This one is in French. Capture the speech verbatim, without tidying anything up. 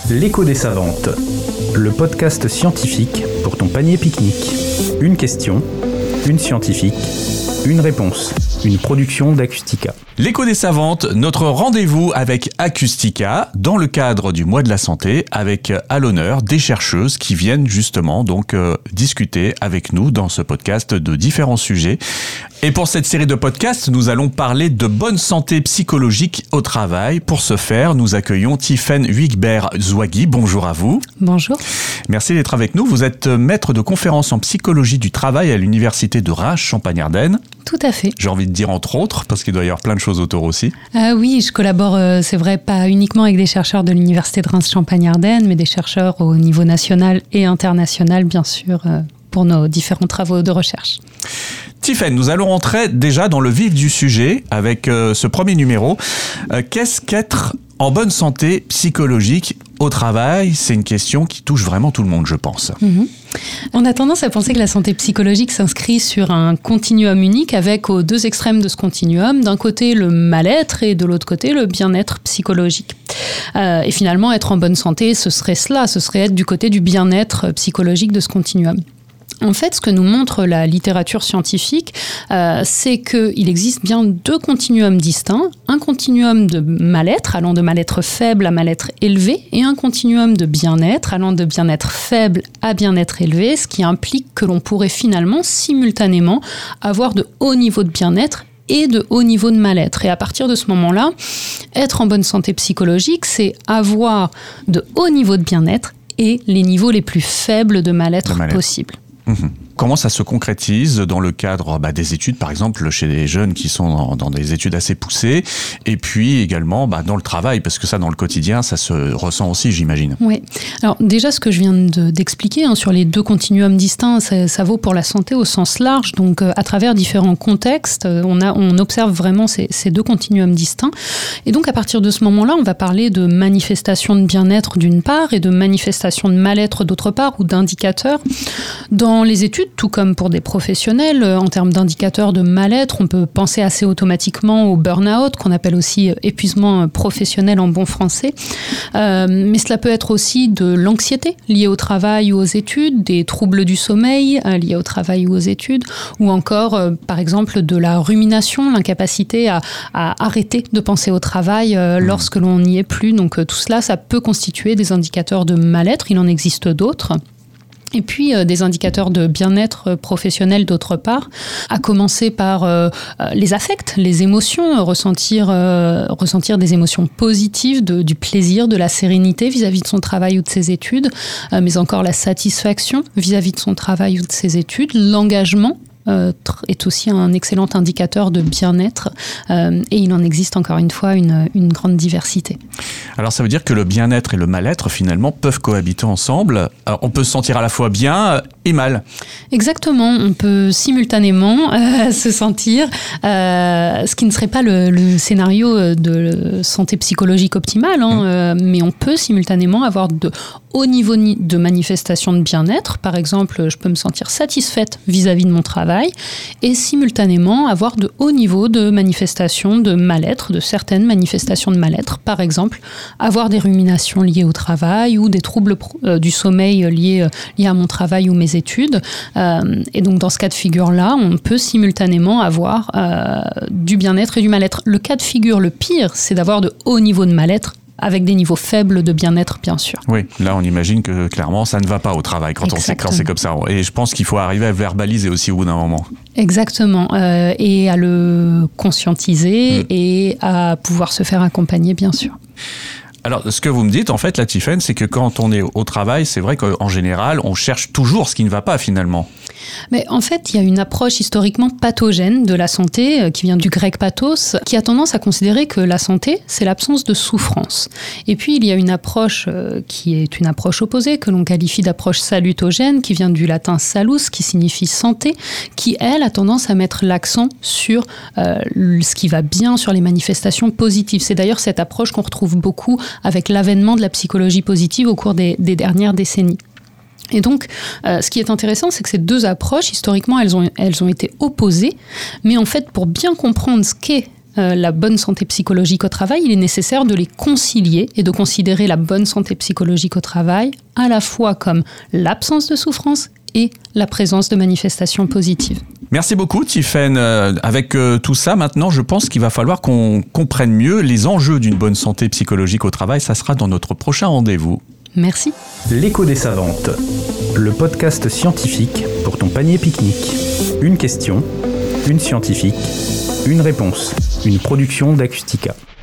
L'écho des savantes, le podcast scientifique pour ton panier pique-nique. Une question, une scientifique, une réponse. Une production d'Acustica. L'écho des savantes, notre rendez-vous avec Acustica dans le cadre du mois de la santé, avec à l'honneur des chercheuses qui viennent justement donc euh, discuter avec nous dans ce podcast de différents sujets. Et pour cette série de podcasts, nous allons parler de bonne santé psychologique au travail. Pour ce faire, nous accueillons Tiffaine Huygberg-Zouagui. Bonjour à vous. Bonjour. Merci d'être avec nous. Vous êtes maître de conférences en psychologie du travail à l'université de Reims, Champagne-Ardenne. Tout à fait. J'ai envie de dire entre autres, parce qu'il doit y avoir plein de choses autour aussi. Ah oui, je collabore, euh, c'est vrai, pas uniquement avec des chercheurs de l'université de Reims Champagne-Ardenne, mais des chercheurs au niveau national et international, bien sûr, euh, pour nos différents travaux de recherche. Tiffaine, nous allons rentrer déjà dans le vif du sujet avec euh, ce premier numéro. Euh, qu'est-ce qu'être en bonne santé psychologique au travail ? C'est une question qui touche vraiment tout le monde, je pense. Mmh. On a tendance à penser que la santé psychologique s'inscrit sur un continuum unique avec aux deux extrêmes de ce continuum, d'un côté le mal-être et de l'autre côté le bien-être psychologique. Euh, et finalement, être en bonne santé, ce serait cela, ce serait être du côté du bien-être psychologique de ce continuum. En fait, ce que nous montre la littérature scientifique, euh, c'est qu'il existe bien deux continuums distincts. Un continuum de mal-être, allant de mal-être faible à mal-être élevé, et un continuum de bien-être, allant de bien-être faible à bien-être élevé, ce qui implique que l'on pourrait finalement, simultanément, avoir de hauts niveaux de bien-être et de haut niveau de mal-être. Et à partir de ce moment-là, être en bonne santé psychologique, c'est avoir de hauts niveaux de bien-être et les niveaux les plus faibles de mal-être, de mal-être. possibles. Mmh. Comment ça se concrétise dans le cadre bah, des études, par exemple, chez les jeunes qui sont dans, dans des études assez poussées, et puis également bah, dans le travail, parce que ça, dans le quotidien, ça se ressent aussi, j'imagine. Oui. Alors déjà, ce que je viens de, d'expliquer hein, sur les deux continuums distincts, ça, ça vaut pour la santé au sens large. Donc, euh, à travers différents contextes, on, a, on observe vraiment ces, ces deux continuums distincts. Et donc, à partir de ce moment-là, on va parler de manifestations de bien-être d'une part et de manifestations de mal-être d'autre part, ou d'indicateurs. Dans les études, tout comme pour des professionnels, en termes d'indicateurs de mal-être, on peut penser assez automatiquement au burn-out, qu'on appelle aussi épuisement professionnel en bon français. Euh, mais cela peut être aussi de l'anxiété liée au travail ou aux études, des troubles du sommeil euh, liés au travail ou aux études, ou encore, euh, par exemple, de la rumination, l'incapacité à, à arrêter de penser au travail euh, mmh. lorsque l'on n'y est plus. Donc euh, tout cela, ça peut constituer des indicateurs de mal-être. Il en existe d'autres. Et puis euh, des indicateurs de bien-être professionnel d'autre part, à commencer par euh, les affects, les émotions, euh, ressentir, euh, ressentir des émotions positives, de, du plaisir, de la sérénité vis-à-vis de son travail ou de ses études, euh, mais encore la satisfaction vis-à-vis de son travail ou de ses études, l'engagement. Euh, est aussi un excellent indicateur de bien-être euh, et il en existe encore une fois une, une grande diversité. Alors ça veut dire que le bien-être et le mal-être finalement peuvent cohabiter ensemble. Alors, on peut se sentir à la fois bien et mal. Exactement, on peut simultanément euh, se sentir, euh, ce qui ne serait pas le, le scénario de santé psychologique optimale, hein, mmh. euh, mais on peut simultanément avoir de hauts niveaux de manifestations de bien-être. Par exemple, je peux me sentir satisfaite vis-à-vis de mon travail et simultanément avoir de hauts niveaux de manifestations de mal-être, de certaines manifestations de mal-être. Par exemple, avoir des ruminations liées au travail ou des troubles euh, du sommeil liés, euh, liés à mon travail ou mes études. Euh, et donc, dans ce cas de figure-là, on peut simultanément avoir euh, du bien-être et du mal-être. Le cas de figure le pire, c'est d'avoir de hauts niveaux de mal-être avec des niveaux faibles de bien-être, bien sûr. Oui, là, on imagine que clairement, ça ne va pas au travail quand, on sait, quand c'est comme ça. Et je pense qu'il faut arriver à le verbaliser aussi au bout d'un moment. Exactement. Euh, et à le conscientiser mmh. et à pouvoir se faire accompagner, bien sûr. Alors, ce que vous me dites, en fait, la Tiffaine, c'est que quand on est au travail, c'est vrai qu'en général, on cherche toujours ce qui ne va pas, finalement. Mais en fait, il y a une approche historiquement pathogène de la santé, euh, qui vient du grec pathos, qui a tendance à considérer que la santé, c'est l'absence de souffrance. Et puis, il y a une approche euh, qui est une approche opposée, que l'on qualifie d'approche salutogène, qui vient du latin salus, qui signifie santé, qui, elle, a tendance à mettre l'accent sur euh, ce qui va bien, sur les manifestations positives. C'est d'ailleurs cette approche qu'on retrouve beaucoup avec l'avènement de la psychologie positive au cours des, des dernières décennies. Et donc, euh, ce qui est intéressant, c'est que ces deux approches, historiquement, elles ont, elles ont été opposées, mais en fait, pour bien comprendre ce qu'est euh, la bonne santé psychologique au travail, il est nécessaire de les concilier et de considérer la bonne santé psychologique au travail à la fois comme l'absence de souffrance et la présence de manifestations positives. Merci beaucoup Tiffaine. Avec tout ça, maintenant, je pense qu'il va falloir qu'on comprenne mieux les enjeux d'une bonne santé psychologique au travail. Ça sera dans notre prochain rendez-vous. Merci. L'écho des savantes, le podcast scientifique pour ton panier pique-nique. Une question, une scientifique, une réponse. Une production d'Acustica.